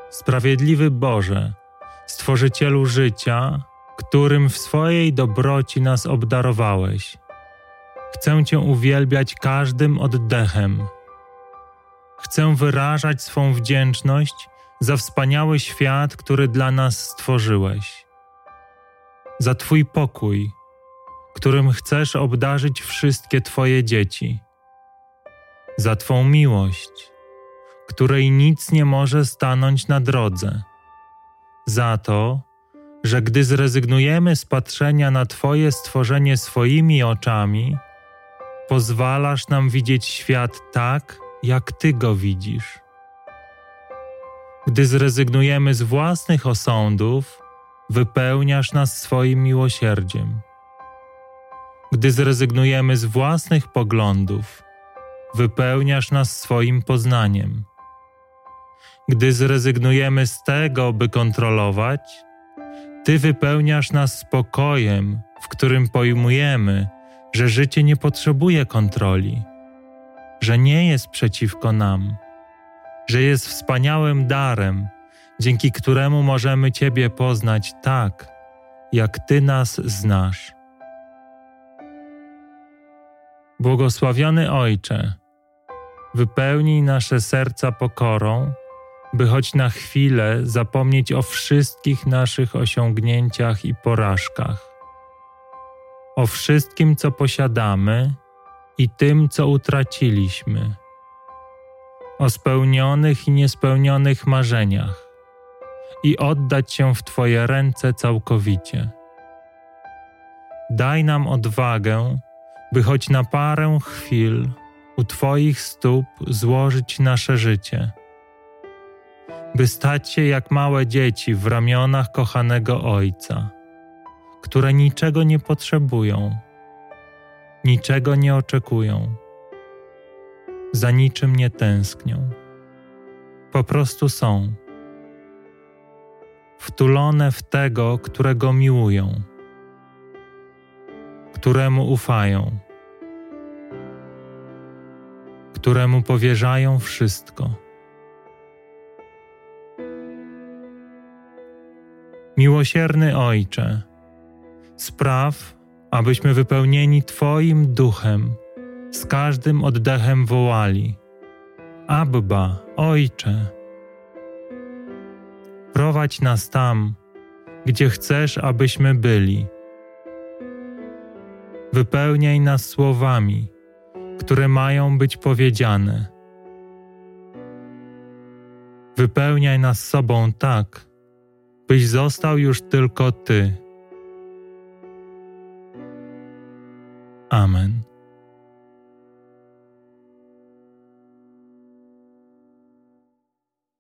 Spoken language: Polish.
Sprawiedliwy Boże, Stworzycielu życia, którym w swojej dobroci nas obdarowałeś. Chcę Cię uwielbiać każdym oddechem. Chcę wyrażać swą wdzięczność za wspaniały świat, który dla nas stworzyłeś. Za Twój pokój, którym chcesz obdarzyć wszystkie Twoje dzieci. Za Twą miłość, której nic nie może stanąć na drodze. Za to, że gdy zrezygnujemy z patrzenia na Twoje stworzenie swoimi oczami, pozwalasz nam widzieć świat tak, jak Ty go widzisz. Gdy zrezygnujemy z własnych osądów, wypełniasz nas swoim miłosierdziem. Gdy zrezygnujemy z własnych poglądów, wypełniasz nas swoim poznaniem. Gdy zrezygnujemy z tego, by kontrolować, Ty wypełniasz nas spokojem, w którym pojmujemy, że życie nie potrzebuje kontroli, że nie jest przeciwko nam, że jest wspaniałym darem, dzięki któremu możemy Ciebie poznać tak, jak Ty nas znasz. Błogosławiony Ojcze, wypełnij nasze serca pokorą, by choć na chwilę zapomnieć o wszystkich naszych osiągnięciach i porażkach, o wszystkim, co posiadamy i tym, co utraciliśmy, o spełnionych i niespełnionych marzeniach i oddać się w Twoje ręce całkowicie. Daj nam odwagę, by choć na parę chwil u Twoich stóp złożyć nasze życie, by stać się jak małe dzieci w ramionach kochanego Ojca, które niczego nie potrzebują, niczego nie oczekują, za niczym nie tęsknią. Po prostu są, wtulone w tego, którego miłują, któremu ufają, któremu powierzają wszystko. Miłosierny Ojcze, spraw, abyśmy wypełnieni Twoim duchem z każdym oddechem wołali: Abba, Ojcze. Prowadź nas tam, gdzie chcesz, abyśmy byli. Wypełniaj nas słowami, które mają być powiedziane. Wypełniaj nas sobą tak, byś został już tylko Ty. Amen.